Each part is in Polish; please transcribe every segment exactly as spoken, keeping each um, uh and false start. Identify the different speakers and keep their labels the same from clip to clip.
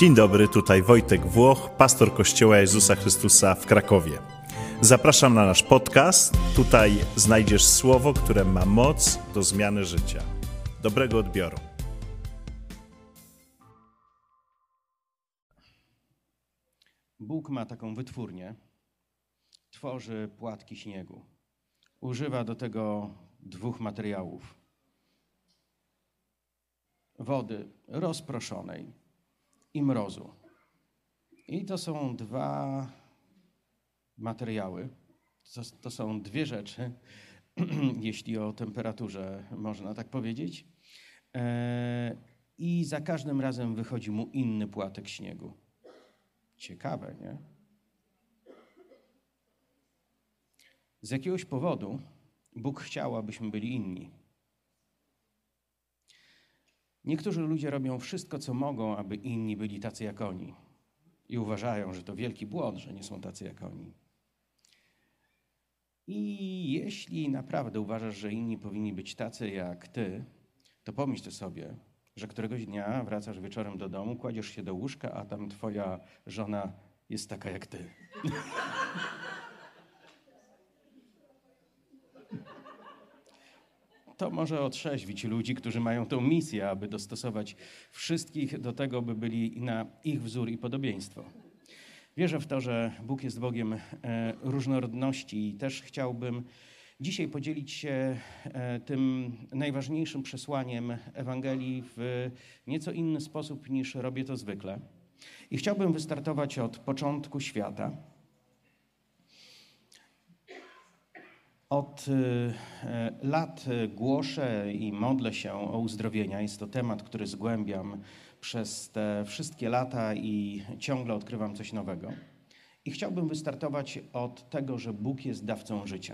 Speaker 1: Dzień dobry, tutaj Wojtek Włoch, pastor Kościoła Jezusa Chrystusa w Krakowie. Zapraszam na nasz podcast. Tutaj znajdziesz słowo, które ma moc do zmiany życia. Dobrego odbioru.
Speaker 2: Bóg ma taką wytwórnię. Tworzy płatki śniegu. Używa do tego dwóch materiałów. Wody rozproszonej i mrozu. I to są dwa materiały. To, to są dwie rzeczy, jeśli o temperaturze można tak powiedzieć. E, I za każdym razem wychodzi mu inny płatek śniegu. Ciekawe, nie? Z jakiegoś powodu Bóg chciał, abyśmy byli inni. Niektórzy ludzie robią wszystko, co mogą, aby inni byli tacy jak oni. I uważają, że to wielki błąd, że nie są tacy jak oni. I jeśli naprawdę uważasz, że inni powinni być tacy jak ty, to pomyśl sobie, że któregoś dnia wracasz wieczorem do domu, kładziesz się do łóżka, a tam twoja żona jest taka jak ty. To może otrzeźwić ludzi, którzy mają tę misję, aby dostosować wszystkich do tego, by byli na ich wzór i podobieństwo. Wierzę w to, że Bóg jest Bogiem e, różnorodności i też chciałbym dzisiaj podzielić się e, tym najważniejszym przesłaniem Ewangelii w nieco inny sposób niż robię to zwykle. I chciałbym wystartować od początku świata. Od e, lat głoszę i modlę się o uzdrowienia. Jest to temat, który zgłębiam przez te wszystkie lata i ciągle odkrywam coś nowego. I chciałbym wystartować od tego, że Bóg jest dawcą życia.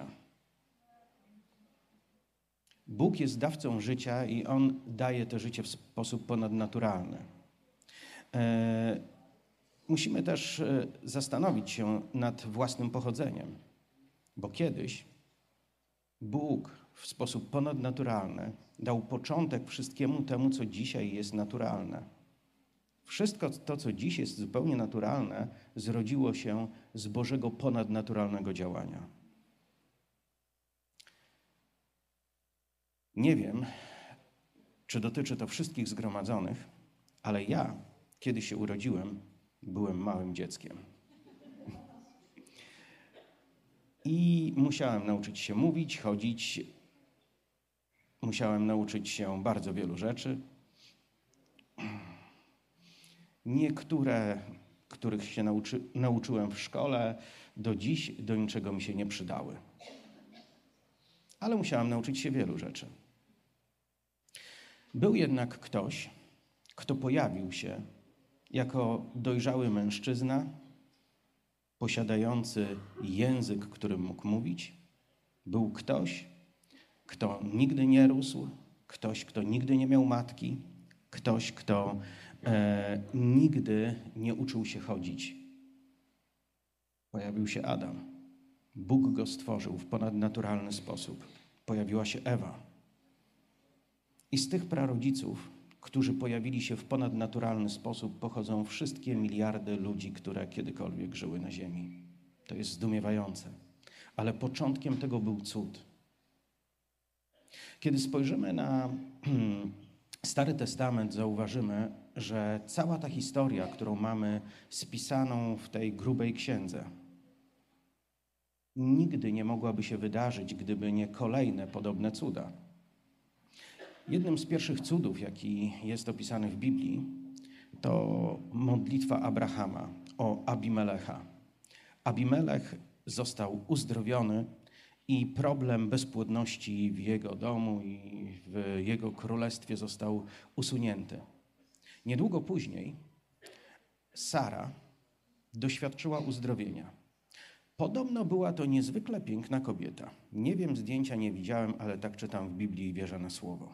Speaker 2: Bóg jest dawcą życia i On daje to życie w sposób ponadnaturalny. E, musimy też zastanowić się nad własnym pochodzeniem, bo kiedyś Bóg w sposób ponadnaturalny dał początek wszystkiemu temu, co dzisiaj jest naturalne. Wszystko to, co dziś jest zupełnie naturalne, zrodziło się z Bożego ponadnaturalnego działania. Nie wiem, czy dotyczy to wszystkich zgromadzonych, ale ja, kiedy się urodziłem, byłem małym dzieckiem. I musiałem nauczyć się mówić, chodzić. Musiałem nauczyć się bardzo wielu rzeczy. Niektóre, których się nauczy, nauczyłem w szkole, do dziś do niczego mi się nie przydały. Ale musiałem nauczyć się wielu rzeczy. Był jednak ktoś, kto pojawił się jako dojrzały mężczyzna, posiadający język, którym mógł mówić. Był ktoś, kto nigdy nie rósł, ktoś, kto nigdy nie miał matki, ktoś, kto e, nigdy nie uczył się chodzić. Pojawił się Adam. Bóg go stworzył w ponadnaturalny sposób. Pojawiła się Ewa. I z tych prarodziców, którzy pojawili się w ponadnaturalny sposób, pochodzą wszystkie miliardy ludzi, które kiedykolwiek żyły na ziemi. To jest zdumiewające. Ale początkiem tego był cud. Kiedy spojrzymy na Stary Testament, zauważymy, że cała ta historia, którą mamy spisaną w tej grubej księdze, nigdy nie mogłaby się wydarzyć, gdyby nie kolejne podobne cuda. Jednym z pierwszych cudów, jaki jest opisany w Biblii, to modlitwa Abrahama o Abimelecha. Abimelech został uzdrowiony i problem bezpłodności w jego domu i w jego królestwie został usunięty. Niedługo później Sara doświadczyła uzdrowienia. Podobno była to niezwykle piękna kobieta. Nie wiem, zdjęcia nie widziałem, ale tak czytam w Biblii i wierzę na słowo.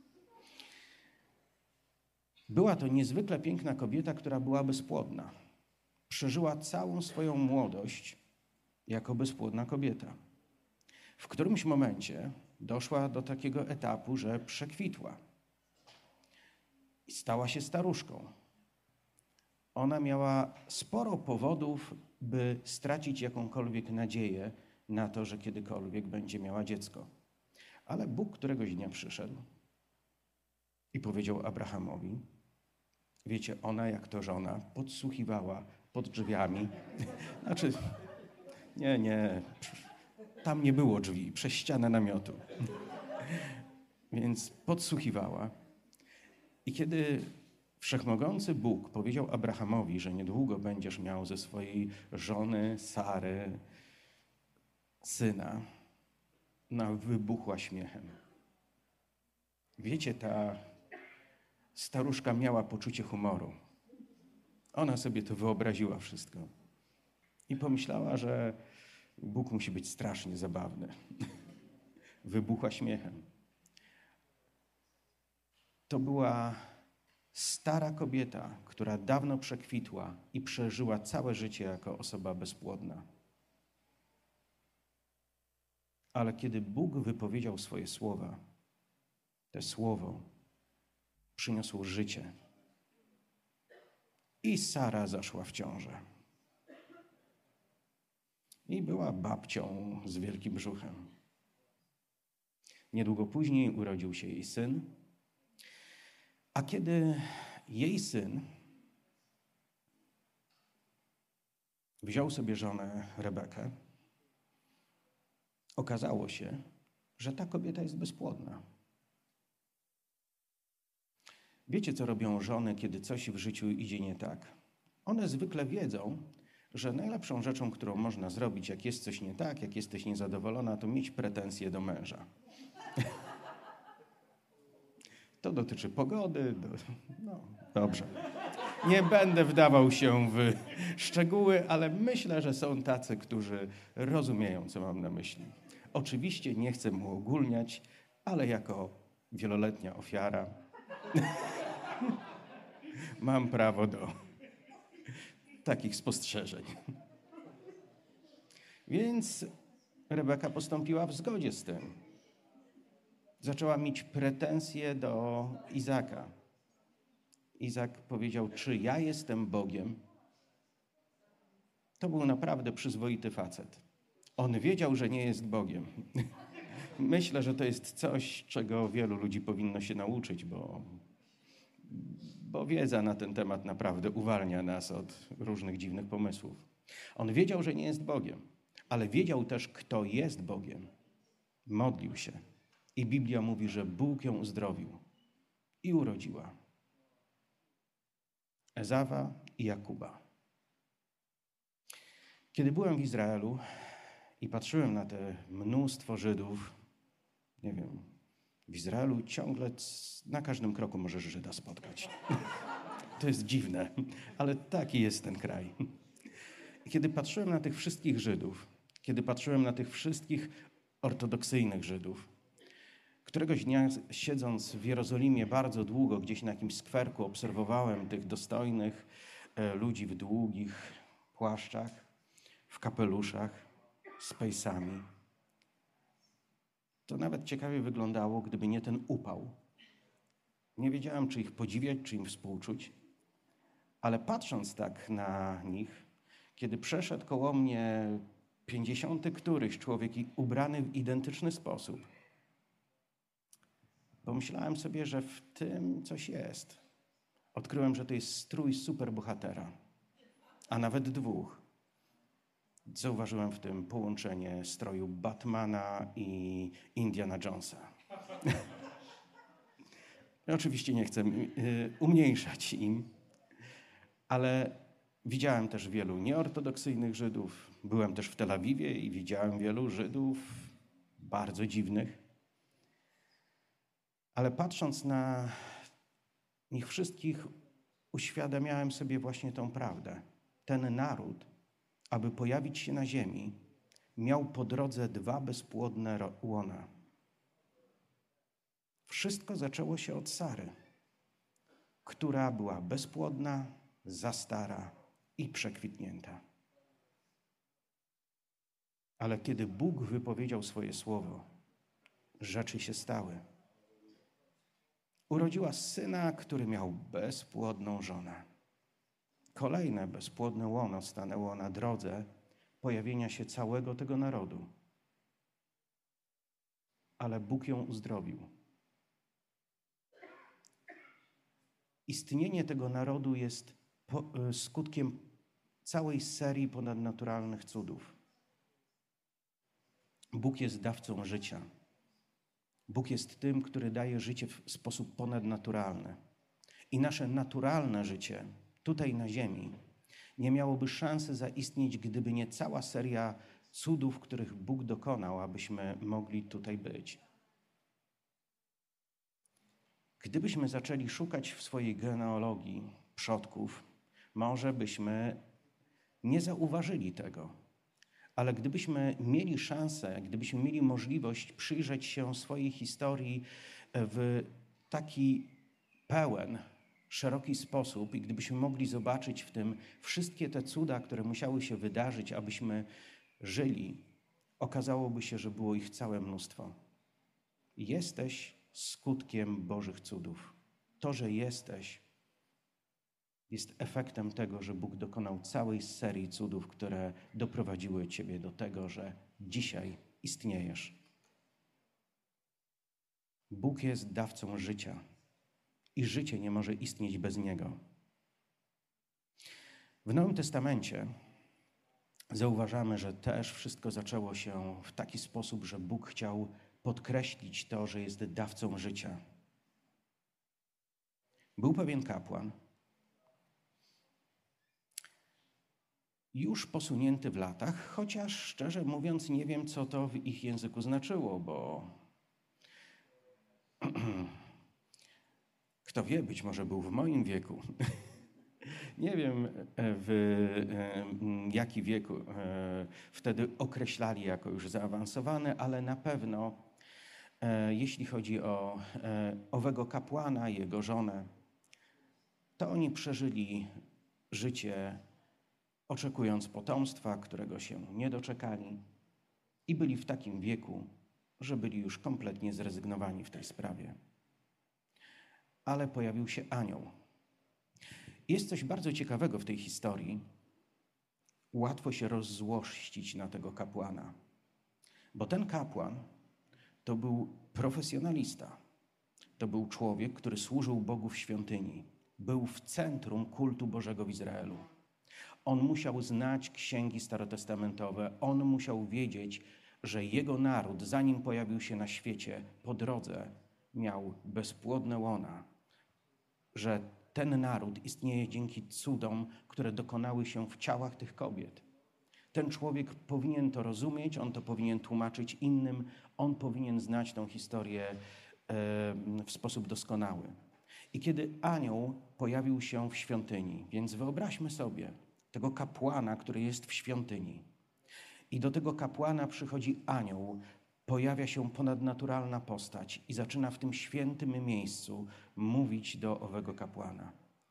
Speaker 2: Była to niezwykle piękna kobieta, która była bezpłodna. Przeżyła całą swoją młodość jako bezpłodna kobieta. W którymś momencie doszła do takiego etapu, że przekwitła i stała się staruszką. ona miała sporo powodów, by stracić jakąkolwiek nadzieję na to, że kiedykolwiek będzie miała dziecko. Ale Bóg któregoś dnia przyszedł i powiedział Abrahamowi, wiecie, ona jak to żona podsłuchiwała pod drzwiami. Znaczy, nie, nie, tam nie było drzwi, przez ścianę namiotu. Więc podsłuchiwała. I kiedy Wszechmogący Bóg powiedział Abrahamowi, że niedługo będziesz miał ze swojej żony Sary syna, ona wybuchła śmiechem. Wiecie, ta staruszka miała poczucie humoru. Ona sobie to wyobraziła wszystko. I pomyślała, że Bóg musi być strasznie zabawny. Wybuchła śmiechem. To była stara kobieta, która dawno przekwitła i przeżyła całe życie jako osoba bezpłodna. Ale kiedy Bóg wypowiedział swoje słowa, to słowo przyniosło życie. I Sara zaszła w ciążę. I była babcią z wielkim brzuchem. Niedługo później urodził się jej syn. A kiedy jej syn wziął sobie żonę Rebekę, okazało się, że ta kobieta jest bezpłodna. Wiecie, co robią żony, kiedy coś w życiu idzie nie tak? One zwykle wiedzą, że najlepszą rzeczą, którą można zrobić, jak jest coś nie tak, jak jesteś niezadowolona, to mieć pretensje do męża. To dotyczy pogody. Do... No, dobrze. Nie będę wdawał się w szczegóły, ale myślę, że są tacy, którzy rozumieją, co mam na myśli. Oczywiście nie chcę uogólniać, ale jako wieloletnia ofiara mam prawo do takich spostrzeżeń. Więc Rebeka postąpiła w zgodzie z tym. Zaczęła mieć pretensje do Izaka. Izak powiedział, czy ja jestem Bogiem? To był naprawdę przyzwoity facet. On wiedział, że nie jest Bogiem. Myślę, że to jest coś, czego wielu ludzi powinno się nauczyć, bo, bo wiedza na ten temat naprawdę uwalnia nas od różnych dziwnych pomysłów. On wiedział, że nie jest Bogiem, ale wiedział też, kto jest Bogiem. Modlił się. I Biblia mówi, że Bóg ją uzdrowił i urodziła Ezawa i Jakuba. Kiedy byłem w Izraelu i patrzyłem na te mnóstwo Żydów, nie wiem, w Izraelu ciągle na każdym kroku możesz Żyda spotkać. To jest dziwne, ale taki jest ten kraj. I kiedy patrzyłem na tych wszystkich Żydów, kiedy patrzyłem na tych wszystkich ortodoksyjnych Żydów, któregoś dnia, siedząc w Jerozolimie bardzo długo, gdzieś na jakimś skwerku, obserwowałem tych dostojnych e, ludzi w długich płaszczach, w kapeluszach, z pejsami. To nawet ciekawie wyglądało, gdyby nie ten upał. Nie wiedziałem, czy ich podziwiać, czy im współczuć, ale patrząc tak na nich, kiedy przeszedł koło mnie pięćdziesiąty któryś człowiek ubrany w identyczny sposób, pomyślałem sobie, że w tym coś jest. Odkryłem, że to jest strój superbohatera, a nawet dwóch. Zauważyłem w tym połączenie stroju Batmana i Indiana Jonesa. Oczywiście nie chcę umniejszać im, ale widziałem też wielu nieortodoksyjnych Żydów. Byłem też w Tel Awiwie i widziałem wielu Żydów bardzo dziwnych. Ale patrząc na nich wszystkich, uświadamiałem sobie właśnie tą prawdę. Ten naród, aby pojawić się na ziemi, miał po drodze dwa bezpłodne łona. Wszystko zaczęło się od Sary, która była bezpłodna, za stara i przekwitnięta. Ale kiedy Bóg wypowiedział swoje słowo, rzeczy się stały. Urodziła syna, który miał bezpłodną żonę. kolejne bezpłodne łono stanęło na drodze pojawienia się całego tego narodu. Ale Bóg ją uzdrowił. Istnienie tego narodu jest po, skutkiem całej serii ponadnaturalnych cudów. Bóg jest dawcą życia. Bóg jest tym, który daje życie w sposób ponadnaturalny. I nasze naturalne życie tutaj na ziemi nie miałoby szansy zaistnieć, gdyby nie cała seria cudów, których Bóg dokonał, abyśmy mogli tutaj być. Gdybyśmy zaczęli szukać w swojej genealogii przodków, może byśmy nie zauważyli tego. Ale gdybyśmy mieli szansę, gdybyśmy mieli możliwość przyjrzeć się swojej historii w taki pełen, szeroki sposób i gdybyśmy mogli zobaczyć w tym wszystkie te cuda, które musiały się wydarzyć, abyśmy żyli, okazałoby się, że było ich całe mnóstwo. Jesteś skutkiem Bożych cudów. To, że jesteś, jest efektem tego, że Bóg dokonał całej serii cudów, które doprowadziły Ciebie do tego, że dzisiaj istniejesz. Bóg jest dawcą życia i życie nie może istnieć bez Niego. W Nowym Testamencie zauważamy, że też wszystko zaczęło się w taki sposób, że Bóg chciał podkreślić to, że jest dawcą życia. Był pewien kapłan, już posunięty w latach, chociaż szczerze mówiąc nie wiem, co to w ich języku znaczyło, bo kto wie, być może był w moim wieku. Nie wiem, w jaki wieku wtedy określali jako już zaawansowany, ale na pewno jeśli chodzi o owego kapłana i jego żonę, to oni przeżyli życie oczekując potomstwa, którego się nie doczekali i byli w takim wieku, że byli już kompletnie zrezygnowani w tej sprawie. Ale pojawił się anioł. Jest coś bardzo ciekawego w tej historii. Łatwo się rozzłościć na tego kapłana, bo ten kapłan to był profesjonalista. To był człowiek, który służył Bogu w świątyni. Był w centrum kultu Bożego w Izraelu. On musiał znać księgi starotestamentowe. On musiał wiedzieć, że jego naród, zanim pojawił się na świecie, po drodze miał bezpłodne łona. Że ten naród istnieje dzięki cudom, które dokonały się w ciałach tych kobiet. Ten człowiek powinien to rozumieć, on to powinien tłumaczyć innym, on powinien znać tą historię e, w sposób doskonały. I kiedy anioł pojawił się w świątyni, więc wyobraźmy sobie tego kapłana, który jest w świątyni. I do tego kapłana przychodzi anioł, pojawia się ponadnaturalna postać i zaczyna w tym świętym miejscu mówić do owego kapłana.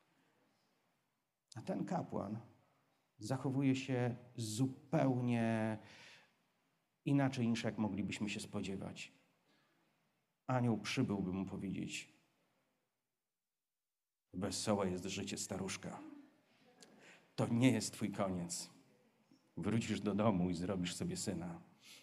Speaker 2: A ten kapłan zachowuje się zupełnie inaczej niż jak moglibyśmy się spodziewać. Anioł przybył, by mu powiedzieć: wesołe jest życie, staruszka. To nie jest twój koniec. Wrócisz do domu i zrobisz sobie syna.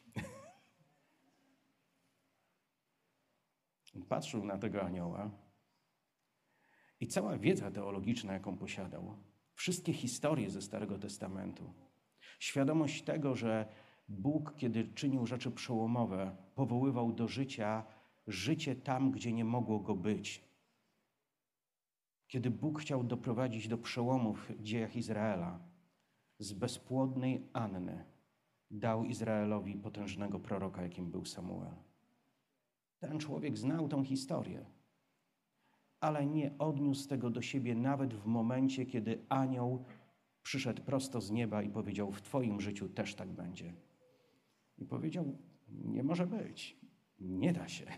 Speaker 2: Patrzył na tego anioła i cała wiedza teologiczna, jaką posiadał, wszystkie historie ze Starego Testamentu, świadomość tego, że Bóg, kiedy czynił rzeczy przełomowe, powoływał do życia życie tam, gdzie nie mogło go być. Kiedy Bóg chciał doprowadzić do przełomów w dziejach Izraela, z bezpłodnej Anny dał Izraelowi potężnego proroka, jakim był Samuel. Ten człowiek znał tą historię, ale nie odniósł tego do siebie nawet w momencie, kiedy anioł przyszedł prosto z nieba i powiedział: w twoim życiu też tak będzie. I powiedział: nie może być, nie da się.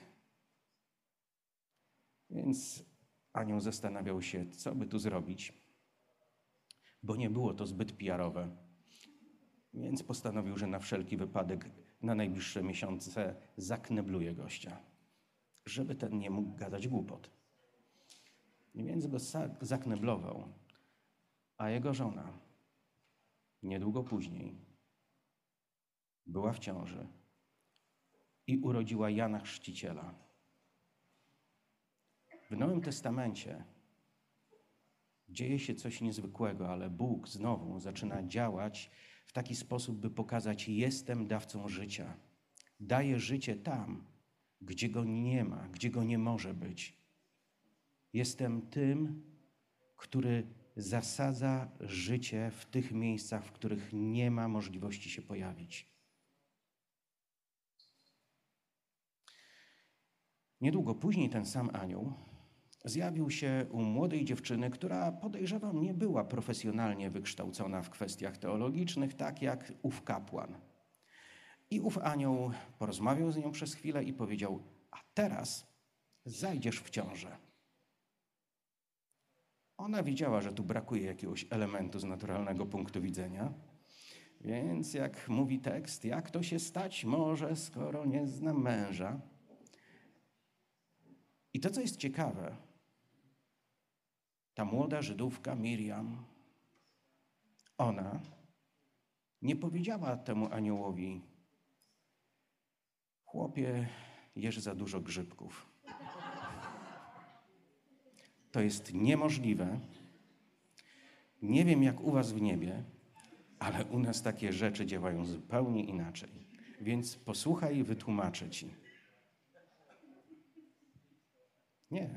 Speaker 2: Więc anioł zastanawiał się, co by tu zrobić, bo nie było to zbyt P R-owe. Więc postanowił, że na wszelki wypadek na najbliższe miesiące zaknebluje gościa, żeby ten nie mógł gadać głupot. I więc go zakneblował. A jego żona niedługo później była w ciąży i urodziła Jana Chrzciciela. W Nowym Testamencie dzieje się coś niezwykłego, ale Bóg znowu zaczyna działać w taki sposób, by pokazać: jestem dawcą życia. Daję życie tam, gdzie go nie ma, gdzie go nie może być. Jestem tym, który zasadza życie w tych miejscach, w których nie ma możliwości się pojawić. Niedługo później ten sam anioł zjawił się u młodej dziewczyny, która, podejrzewam, nie była profesjonalnie wykształcona w kwestiach teologicznych, tak jak ów kapłan. I ów anioł porozmawiał z nią przez chwilę i powiedział: a teraz zajdziesz w ciążę. Ona wiedziała, że tu brakuje jakiegoś elementu z naturalnego punktu widzenia, więc jak mówi tekst, jak to się stać może, skoro nie znam męża. I to, co jest ciekawe, ta młoda Żydówka Miriam, ona nie powiedziała temu aniołowi: chłopie, jesz za dużo grzybków. To jest niemożliwe. Nie wiem, jak u was w niebie, ale u nas takie rzeczy działają zupełnie inaczej. Więc posłuchaj i wytłumaczę ci. Nie.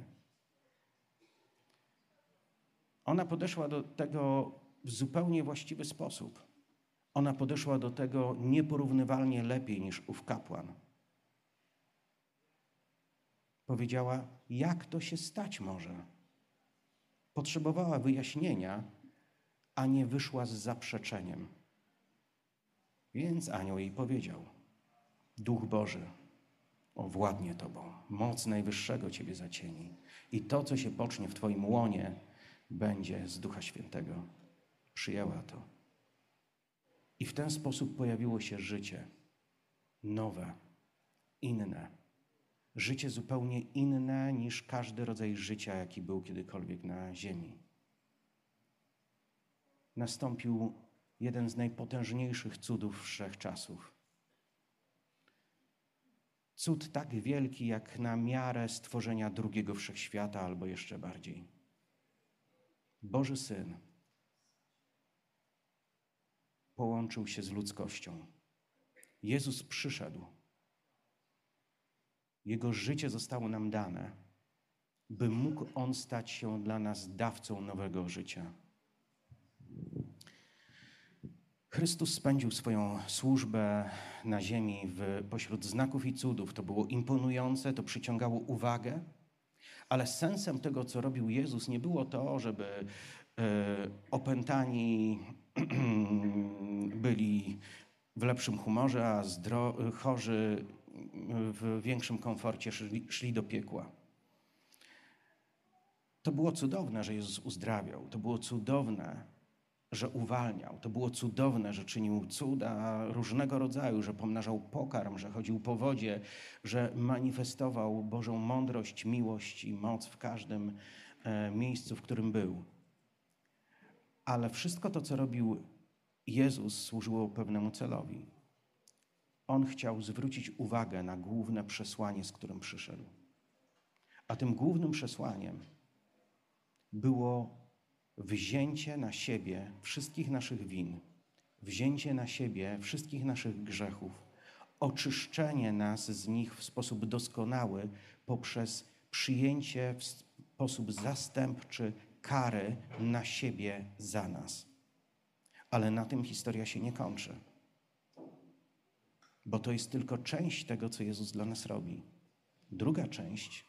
Speaker 2: Ona podeszła do tego w zupełnie właściwy sposób. Ona podeszła do tego nieporównywalnie lepiej niż ów kapłan. Powiedziała: jak to się stać może? Potrzebowała wyjaśnienia, a nie wyszła z zaprzeczeniem. Więc anioł jej powiedział: Duch Boży owładnie tobą, moc Najwyższego ciebie zacieni i to, co się pocznie w twoim łonie, będzie z Ducha Świętego. Przyjęła to. I w ten sposób pojawiło się życie nowe, inne. Życie zupełnie inne niż każdy rodzaj życia, jaki był kiedykolwiek na ziemi. Nastąpił jeden z najpotężniejszych cudów wszechczasów. Cud tak wielki, jak na miarę stworzenia drugiego wszechświata, albo jeszcze bardziej. Boży Syn połączył się z ludzkością. Jezus przyszedł. Jego życie zostało nam dane, by mógł On stać się dla nas dawcą nowego życia. Chrystus spędził swoją służbę na ziemi w, pośród znaków i cudów. To było imponujące, to przyciągało uwagę, ale sensem tego, co robił Jezus, nie było to, żeby e, opętani byli w lepszym humorze, a zdro, chorzy w większym komforcie szli, szli do piekła. To było cudowne, że Jezus uzdrawiał. To było cudowne, że uwalniał. To było cudowne, że czynił cuda różnego rodzaju, że pomnażał pokarm, że chodził po wodzie, że manifestował Bożą mądrość, miłość i moc w każdym e, miejscu, w którym był. Ale wszystko to, co robił Jezus, służyło pewnemu celowi. On chciał zwrócić uwagę na główne przesłanie, z którym przyszedł. A tym głównym przesłaniem było wzięcie na siebie wszystkich naszych win, wzięcie na siebie wszystkich naszych grzechów, oczyszczenie nas z nich w sposób doskonały poprzez przyjęcie w sposób zastępczy kary na siebie za nas. Ale na tym historia się nie kończy, bo to jest tylko część tego, co Jezus dla nas robi. Druga część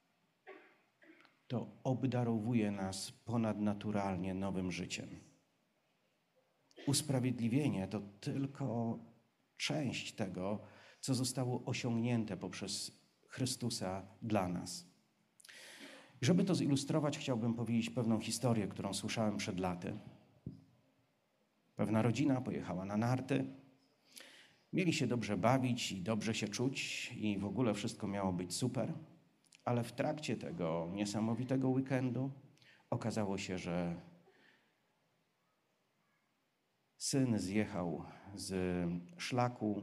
Speaker 2: to obdarowuje nas ponadnaturalnie nowym życiem. Usprawiedliwienie to tylko część tego, co zostało osiągnięte poprzez Chrystusa dla nas. Żeby to zilustrować, chciałbym powiedzieć pewną historię, którą słyszałem przed laty. Pewna rodzina pojechała na narty. Mieli się dobrze bawić i dobrze się czuć i w ogóle wszystko miało być super. Ale w trakcie tego niesamowitego weekendu okazało się, że Syn zjechał z szlaku.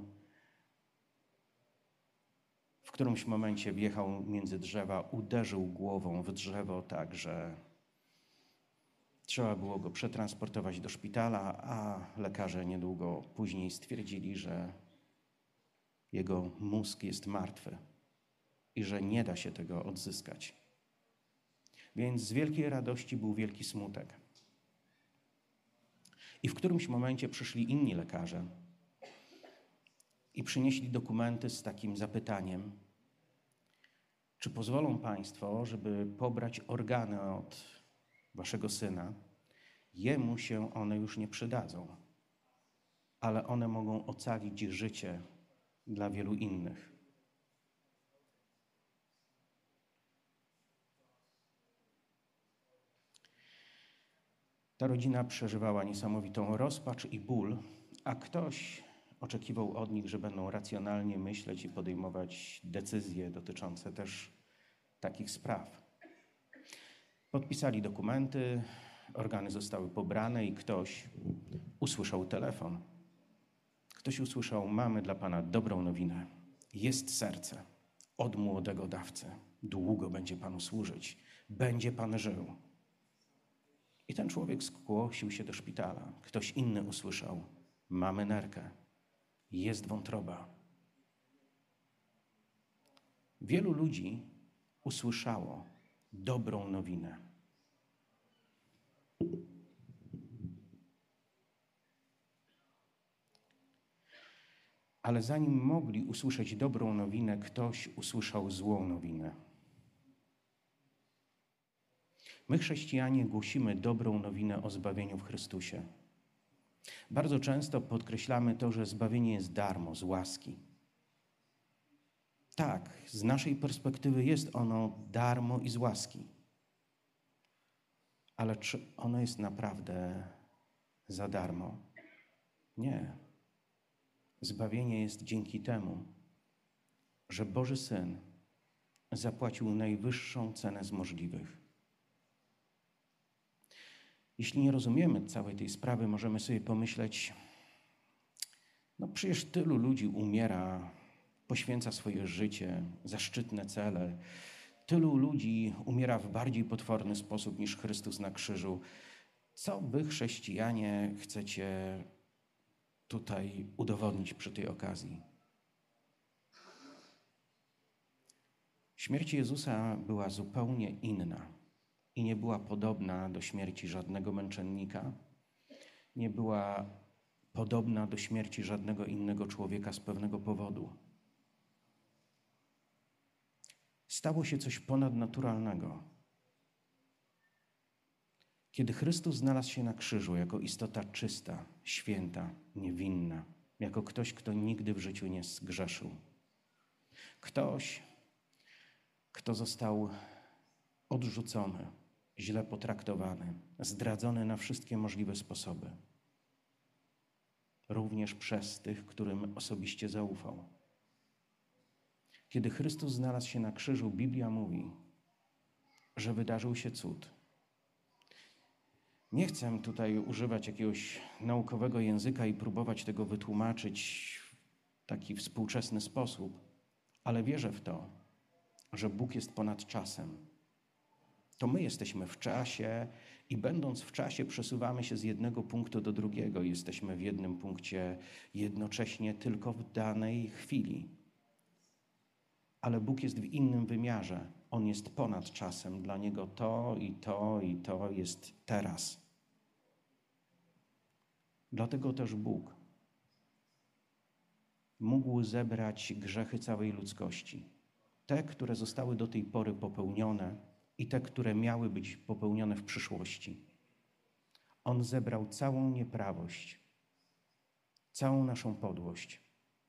Speaker 2: W którymś momencie wjechał między drzewa, uderzył głową w drzewo tak, że trzeba było go przetransportować do szpitala, a lekarze niedługo później stwierdzili, że jego mózg jest martwy i że nie da się tego odzyskać. Więc z wielkiej radości był wielki smutek. I w którymś momencie przyszli inni lekarze i przynieśli dokumenty z takim zapytaniem: czy pozwolą Państwo, żeby pobrać organy od Waszego syna? Jemu się one już nie przydadzą, ale one mogą ocalić życie dla wielu innych. Ta rodzina przeżywała niesamowitą rozpacz i ból, a ktoś oczekiwał od nich, że będą racjonalnie myśleć i podejmować decyzje dotyczące też takich spraw. Podpisali dokumenty, organy zostały pobrane i ktoś usłyszał telefon. Ktoś usłyszał: mamy dla Pana dobrą nowinę. Jest serce od młodego dawcy. Długo będzie Panu służyć. Będzie Pan żył. I ten człowiek zgłosił się do szpitala. Ktoś inny usłyszał: mamy nerkę. Jest wątroba. Wielu ludzi usłyszało dobrą nowinę. Ale zanim mogli usłyszeć dobrą nowinę, ktoś usłyszał złą nowinę. My, chrześcijanie, głosimy dobrą nowinę o zbawieniu w Chrystusie. Bardzo często podkreślamy to, że zbawienie jest darmo, z łaski. Tak, z naszej perspektywy jest ono darmo i z łaski. Ale czy ono jest naprawdę za darmo? Nie. Zbawienie jest dzięki temu, że Boży Syn zapłacił najwyższą cenę z możliwych. Jeśli nie rozumiemy całej tej sprawy, możemy sobie pomyśleć: no przecież tylu ludzi umiera, poświęca swoje życie za szczytne cele. Tylu ludzi umiera w bardziej potworny sposób niż Chrystus na krzyżu. Co wy, chrześcijanie, chcecie tutaj udowodnić przy tej okazji? Śmierć Jezusa była zupełnie inna i nie była podobna do śmierci żadnego męczennika, nie była podobna do śmierci żadnego innego człowieka z pewnego powodu. Stało się coś ponadnaturalnego. Kiedy Chrystus znalazł się na krzyżu jako istota czysta, święta, niewinna, jako ktoś, kto nigdy w życiu nie zgrzeszył. Ktoś, kto został odrzucony, źle potraktowany, zdradzony na wszystkie możliwe sposoby. Również przez tych, którym osobiście zaufał. Kiedy Chrystus znalazł się na krzyżu, Biblia mówi, że wydarzył się cud. Nie chcę tutaj używać jakiegoś naukowego języka i próbować tego wytłumaczyć w taki współczesny sposób, ale wierzę w to, że Bóg jest ponad czasem. To my jesteśmy w czasie i będąc w czasie przesuwamy się z jednego punktu do drugiego. Jesteśmy w jednym punkcie jednocześnie tylko w danej chwili. Ale Bóg jest w innym wymiarze. On jest ponad czasem. Dla Niego to i to i to jest teraz. Dlatego też Bóg mógł zebrać grzechy całej ludzkości. Te, które zostały do tej pory popełnione i te, które miały być popełnione w przyszłości. On zebrał całą nieprawość, całą naszą podłość.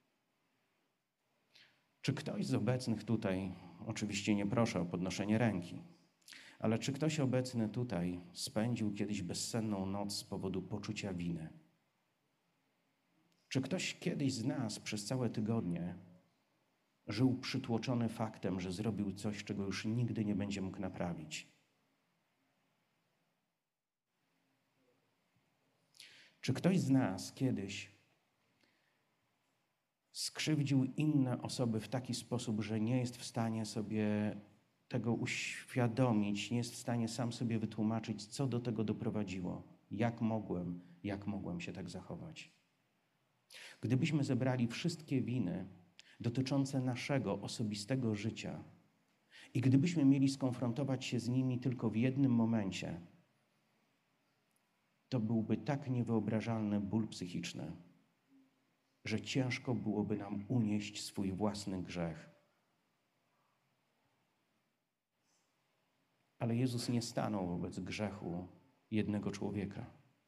Speaker 2: Czy ktoś z obecnych tutaj, oczywiście nie proszę o podnoszenie ręki, ale czy ktoś obecny tutaj spędził kiedyś bezsenną noc z powodu poczucia winy? Czy ktoś kiedyś z nas przez całe tygodnie żył przytłoczony faktem, że zrobił coś, czego już nigdy nie będzie mógł naprawić? Czy ktoś z nas kiedyś skrzywdził inne osoby w taki sposób, że nie jest w stanie sobie tego uświadomić, nie jest w stanie sam sobie wytłumaczyć, co do tego doprowadziło? Jak mogłem, jak mogłem się tak zachować? Gdybyśmy zebrali wszystkie winy dotyczące naszego osobistego życia i gdybyśmy mieli skonfrontować się z nimi tylko w jednym momencie, to byłby tak niewyobrażalny ból psychiczny, że ciężko byłoby nam unieść swój własny grzech. Ale Jezus nie stanął wobec grzechu jednego człowieka.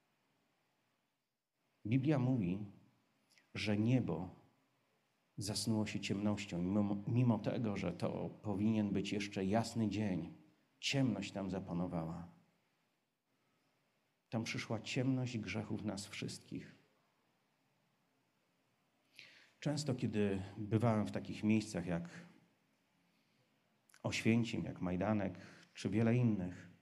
Speaker 2: Biblia mówi, że niebo zasnuło się ciemnością, mimo, mimo tego, że to powinien być jeszcze jasny dzień. Ciemność tam zapanowała. Tam przyszła ciemność grzechów nas wszystkich. Często, kiedy bywałem w takich miejscach jak Oświęcim, jak Majdanek, czy wiele innych,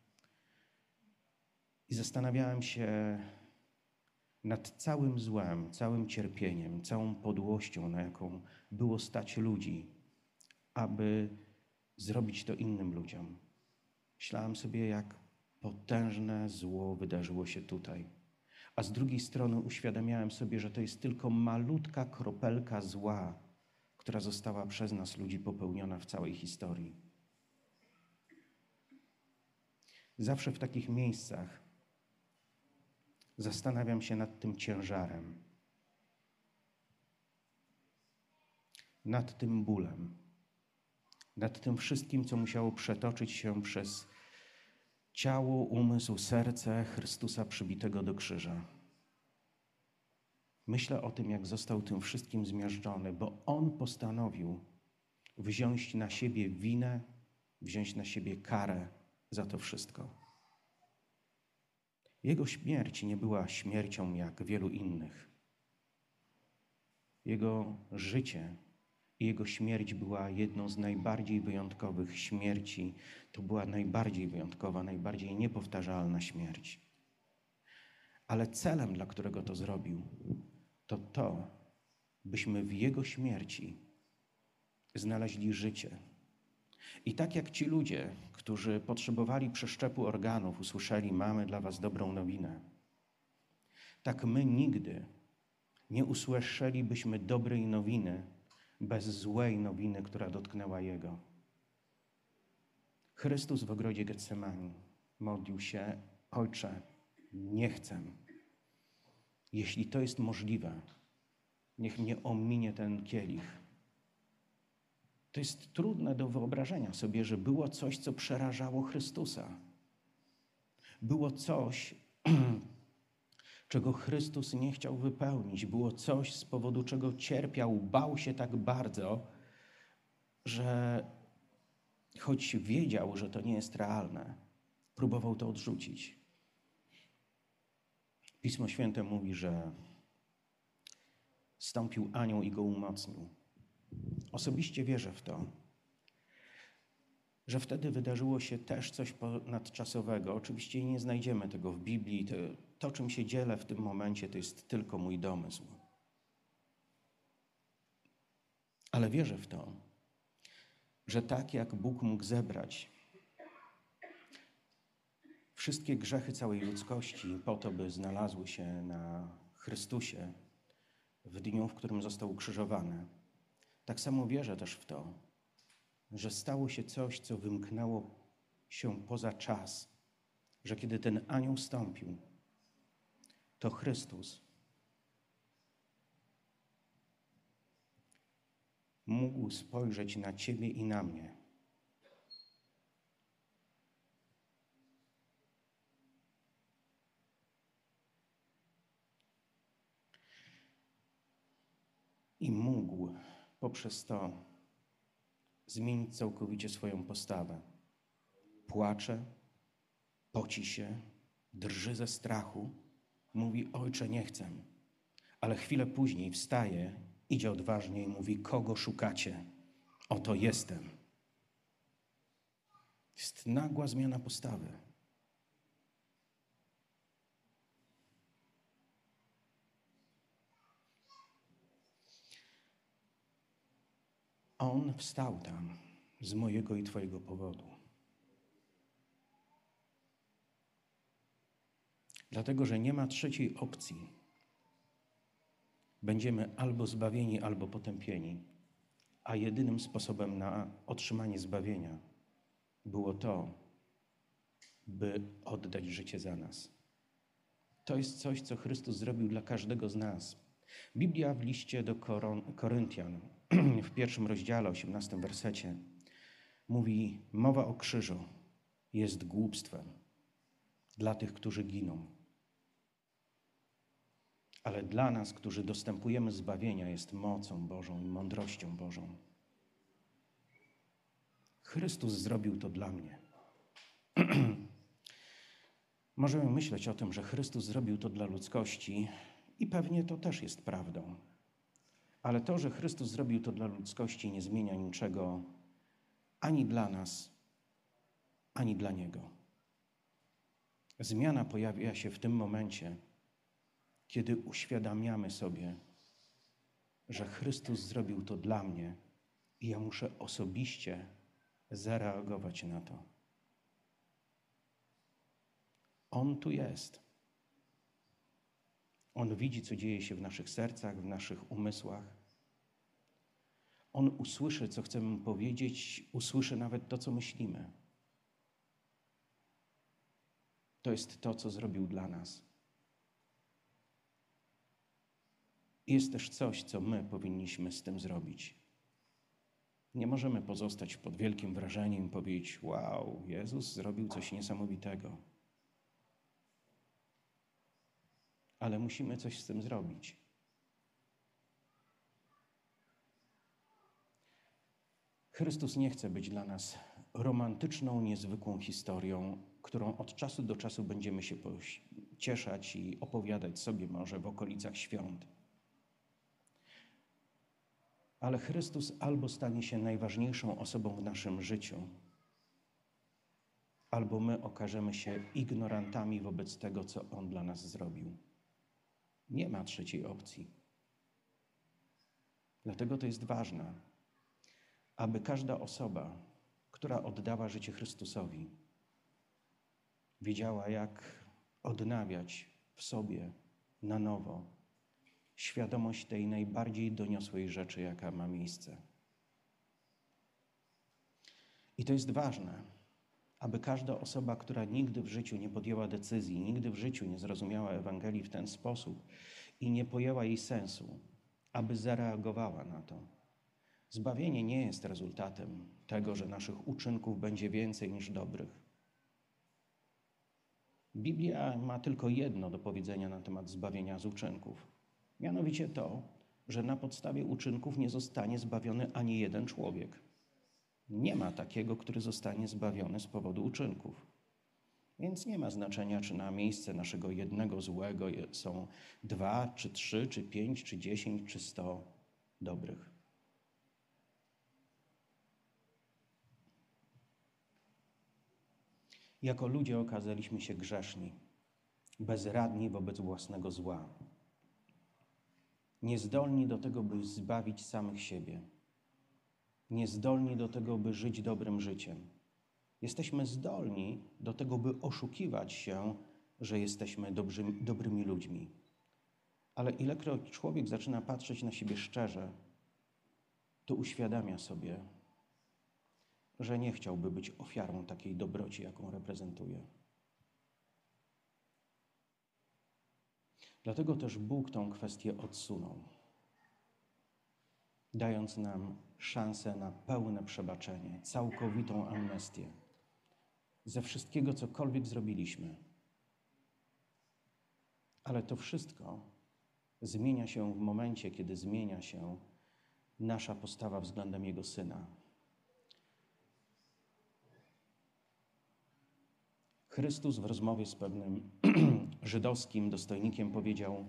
Speaker 2: i zastanawiałem się nad całym złem, całym cierpieniem, całą podłością, na jaką było stać ludzi, aby zrobić to innym ludziom. Myślałem sobie, jak potężne zło wydarzyło się tutaj. A z drugiej strony uświadamiałem sobie, że to jest tylko malutka kropelka zła, która została przez nas, ludzi, popełniona w całej historii. Zawsze w takich miejscach zastanawiam się nad tym ciężarem, nad tym bólem, nad tym wszystkim, co musiało przetoczyć się przez ciało, umysł, serce Chrystusa przybitego do krzyża. Myślę o tym, jak został tym wszystkim zmiażdżony, bo On postanowił wziąć na siebie winę, wziąć na siebie karę za to wszystko. Jego śmierć nie była śmiercią jak wielu innych. Jego życie i Jego śmierć była jedną z najbardziej wyjątkowych śmierci. To była najbardziej wyjątkowa, najbardziej niepowtarzalna śmierć. Ale celem, dla którego to zrobił, to to, byśmy w Jego śmierci znaleźli życie. I tak jak ci ludzie, którzy potrzebowali przeszczepu organów, usłyszeli: mamy dla was dobrą nowinę, tak my nigdy nie usłyszelibyśmy dobrej nowiny bez złej nowiny, która dotknęła Jego. Chrystus w ogrodzie Getsemani modlił się: Ojcze, nie chcę. Jeśli to jest możliwe, niech mnie ominie ten kielich. To jest trudne do wyobrażenia sobie, że było coś, co przerażało Chrystusa. Było coś, czego Chrystus nie chciał wypełnić. Było coś, z powodu czego cierpiał, bał się tak bardzo, że choć wiedział, że to nie jest realne, próbował to odrzucić. Pismo Święte mówi, że zstąpił anioł i go umocnił. Osobiście wierzę w to, że wtedy wydarzyło się też coś ponadczasowego. Oczywiście nie znajdziemy tego w Biblii. To, to, czym się dzielę w tym momencie, to jest tylko mój domysł. Ale wierzę w to, że tak jak Bóg mógł zebrać wszystkie grzechy całej ludzkości po to, by znalazły się na Chrystusie w dniu, w którym został ukrzyżowany, tak samo wierzę też w to, że stało się coś, co wymknęło się poza czas, że kiedy ten anioł stąpił, to Chrystus mógł spojrzeć na ciebie i na mnie. I mógł poprzez to zmienić całkowicie swoją postawę. Płacze, poci się, drży ze strachu, mówi: Ojcze, nie chcę. Ale chwilę później wstaje, idzie odważnie i mówi: kogo szukacie? Oto jestem. Jest nagła zmiana postawy. On wstał tam z mojego i twojego powodu. Dlatego, że nie ma trzeciej opcji. Będziemy albo zbawieni, albo potępieni. A jedynym sposobem na otrzymanie zbawienia było to, by oddać życie za nas. To jest coś, co Chrystus zrobił dla każdego z nas. Biblia w liście do Koryntian, w pierwszym rozdziale, osiemnastym wersecie, mówi: mowa o krzyżu jest głupstwem dla tych, którzy giną. Ale dla nas, którzy dostępujemy zbawienia, jest mocą Bożą i mądrością Bożą. Chrystus zrobił to dla mnie. Możemy myśleć o tym, że Chrystus zrobił to dla ludzkości i pewnie to też jest prawdą. Ale to, że Chrystus zrobił to dla ludzkości, nie zmienia niczego ani dla nas, ani dla Niego. Zmiana pojawia się w tym momencie, kiedy uświadamiamy sobie, że Chrystus zrobił to dla mnie i ja muszę osobiście zareagować na to. On tu jest. On widzi, co dzieje się w naszych sercach, w naszych umysłach. On usłyszy, co chcemy mu powiedzieć, usłyszy nawet to, co myślimy. To jest to, co zrobił dla nas. Jest też coś, co my powinniśmy z tym zrobić. Nie możemy pozostać pod wielkim wrażeniem i powiedzieć: wow, Jezus zrobił coś niesamowitego. Ale musimy coś z tym zrobić. Chrystus nie chce być dla nas romantyczną, niezwykłą historią, którą od czasu do czasu będziemy się cieszać i opowiadać sobie może w okolicach świąt. Ale Chrystus albo stanie się najważniejszą osobą w naszym życiu, albo my okażemy się ignorantami wobec tego, co On dla nas zrobił. Nie ma trzeciej opcji. Dlatego to jest ważne, aby każda osoba, która oddała życie Chrystusowi, wiedziała, jak odnawiać w sobie na nowo świadomość tej najbardziej doniosłej rzeczy, jaka ma miejsce. I to jest ważne, aby każda osoba, która nigdy w życiu nie podjęła decyzji, nigdy w życiu nie zrozumiała Ewangelii w ten sposób i nie pojęła jej sensu, aby zareagowała na to. Zbawienie nie jest rezultatem tego, że naszych uczynków będzie więcej niż dobrych. Biblia ma tylko jedno do powiedzenia na temat zbawienia z uczynków. Mianowicie to, że na podstawie uczynków nie zostanie zbawiony ani jeden człowiek. Nie ma takiego, który zostanie zbawiony z powodu uczynków. Więc nie ma znaczenia, czy na miejsce naszego jednego złego są dwa, czy trzy, czy pięć, czy dziesięć, czy sto dobrych. Jako ludzie okazaliśmy się grzeszni, bezradni wobec własnego zła, niezdolni do tego, by zbawić samych siebie, niezdolni do tego, by żyć dobrym życiem. Jesteśmy zdolni do tego, by oszukiwać się, że jesteśmy dobrymi, dobrymi ludźmi. Ale ilekroć człowiek zaczyna patrzeć na siebie szczerze, to uświadamia sobie, że nie chciałby być ofiarą takiej dobroci, jaką reprezentuje. Dlatego też Bóg tą kwestię odsunął, dając nam szansę na pełne przebaczenie, całkowitą amnestię ze wszystkiego, cokolwiek zrobiliśmy. Ale to wszystko zmienia się w momencie, kiedy zmienia się nasza postawa względem Jego Syna. Chrystus w rozmowie z pewnym żydowskim dostojnikiem powiedział,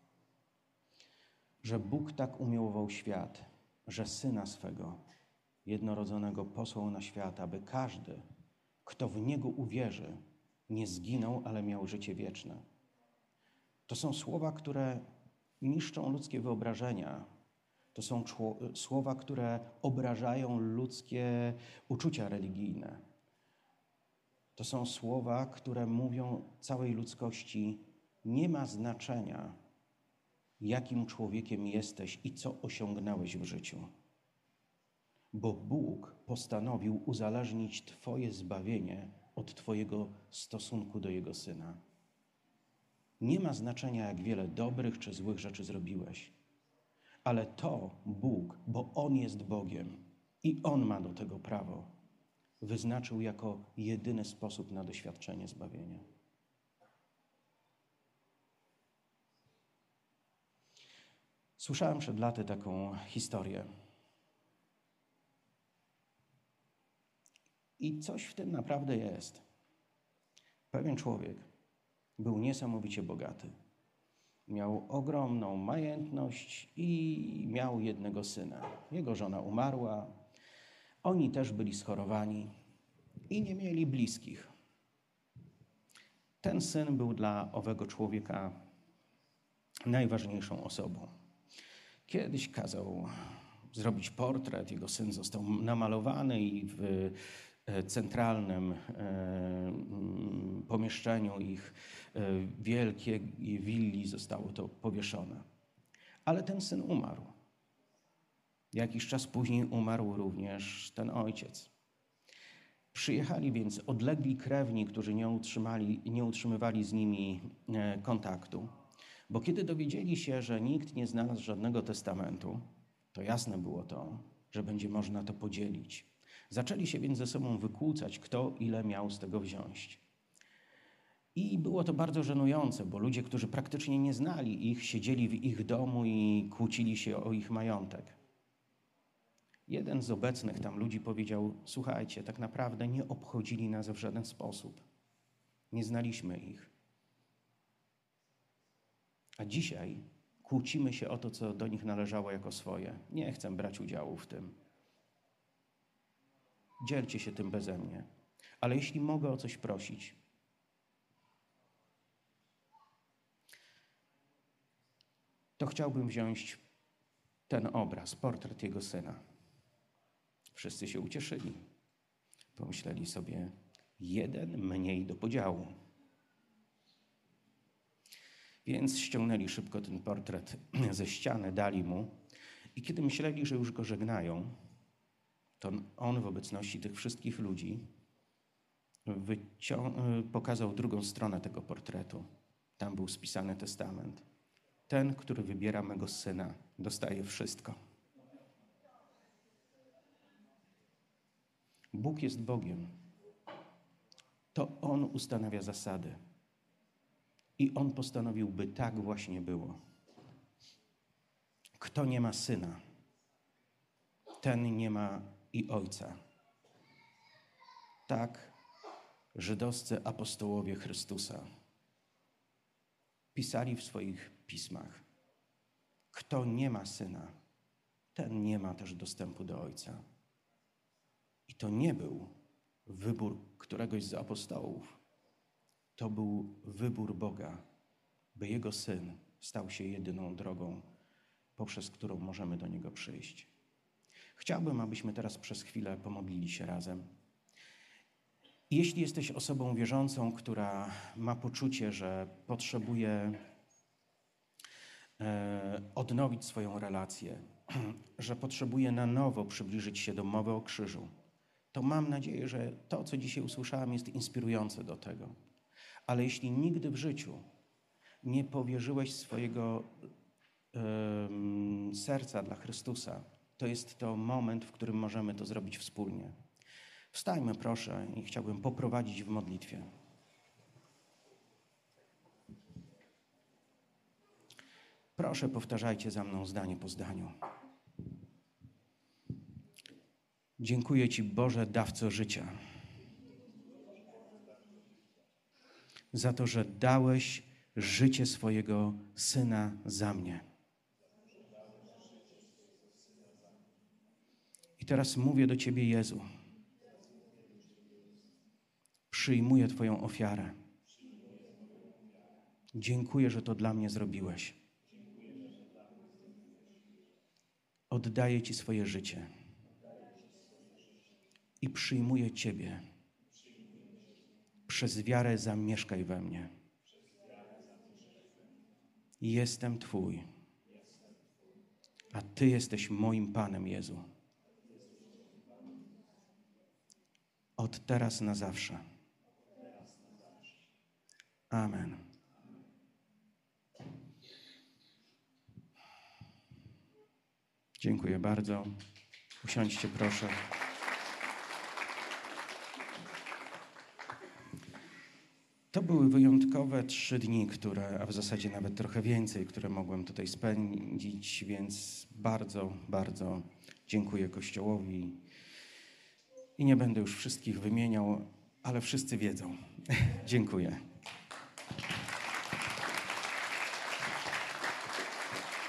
Speaker 2: że Bóg tak umiłował świat, że Syna swego jednorodzonego posłał na świat, aby każdy, kto w Niego uwierzy, nie zginął, ale miał życie wieczne. To są słowa, które niszczą ludzkie wyobrażenia, To są czło- słowa, które obrażają ludzkie uczucia religijne. To są słowa, które mówią całej ludzkości: nie ma znaczenia, jakim człowiekiem jesteś i co osiągnąłeś w życiu. Bo Bóg postanowił uzależnić Twoje zbawienie od Twojego stosunku do Jego Syna. Nie ma znaczenia, jak wiele dobrych czy złych rzeczy zrobiłeś, ale to Bóg, bo On jest Bogiem i On ma do tego prawo, wyznaczył jako jedyny sposób na doświadczenie zbawienia. Słyszałem przed laty taką historię. I coś w tym naprawdę jest. Pewien człowiek był niesamowicie bogaty. Miał ogromną majętność i miał jednego syna. Jego żona umarła, oni też byli schorowani i nie mieli bliskich. Ten syn był dla owego człowieka najważniejszą osobą. Kiedyś kazał zrobić portret, jego syn został namalowany i w centralnym pomieszczeniu ich wielkiej willi zostało to powieszone. Ale ten syn umarł. Jakiś czas później umarł również ten ojciec. Przyjechali więc odlegli krewni, którzy nie, utrzymali, nie utrzymywali z nimi kontaktu, bo kiedy dowiedzieli się, że nikt nie znalazł żadnego testamentu, to jasne było to, że będzie można to podzielić. Zaczęli się więc ze sobą wykłócać, kto ile miał z tego wziąć. I było to bardzo żenujące, bo ludzie, którzy praktycznie nie znali ich, siedzieli w ich domu i kłócili się o ich majątek. Jeden z obecnych tam ludzi powiedział: słuchajcie, tak naprawdę nie obchodzili nas w żaden sposób. Nie znaliśmy ich. A dzisiaj kłócimy się o to, co do nich należało jako swoje. Nie chcę brać udziału w tym. Dzielcie się tym beze mnie. Ale jeśli mogę o coś prosić, to chciałbym wziąć ten obraz, portret jego syna. Wszyscy się ucieszyli. Pomyśleli sobie: jeden mniej do podziału. Więc ściągnęli szybko ten portret ze ściany, dali mu i kiedy myśleli, że już go żegnają, to on w obecności tych wszystkich ludzi wycią- pokazał drugą stronę tego portretu. Tam był spisany testament. Ten, który wybiera mego syna, dostaje wszystko. Bóg jest Bogiem. To On ustanawia zasady. I On postanowił, by tak właśnie było. Kto nie ma syna, ten nie ma i ojca. Tak żydowscy apostołowie Chrystusa pisali w swoich pismach: kto nie ma syna, ten nie ma też dostępu do ojca. I to nie był wybór któregoś z apostołów. To był wybór Boga, by Jego Syn stał się jedyną drogą, poprzez którą możemy do Niego przyjść. Chciałbym, abyśmy teraz przez chwilę pomodlili się razem. I jeśli jesteś osobą wierzącą, która ma poczucie, że potrzebuje e, odnowić swoją relację, że potrzebuje na nowo przybliżyć się do mowy o krzyżu, to mam nadzieję, że to, co dzisiaj usłyszałem, jest inspirujące do tego. Ale jeśli nigdy w życiu nie powierzyłeś swojego y, serca dla Chrystusa, to jest to moment, w którym możemy to zrobić wspólnie. Wstajmy, proszę, i chciałbym poprowadzić w modlitwie. Proszę, powtarzajcie za mną zdanie po zdaniu. Dziękuję Ci, Boże, dawco życia, za to, że dałeś życie swojego Syna za mnie. I teraz mówię do Ciebie, Jezu, przyjmuję Twoją ofiarę. Dziękuję, że to dla mnie zrobiłeś. Oddaję Ci swoje życie i przyjmuję Ciebie. Przez wiarę zamieszkaj we mnie. Jestem Twój, a Ty jesteś moim Panem, Jezu. Od teraz na zawsze. Amen. Dziękuję bardzo. Usiądźcie, proszę. To były wyjątkowe trzy dni, które, a w zasadzie nawet trochę więcej, które mogłem tutaj spędzić, więc bardzo, bardzo dziękuję Kościołowi. I nie będę już wszystkich wymieniał, ale wszyscy wiedzą. Dziękuję.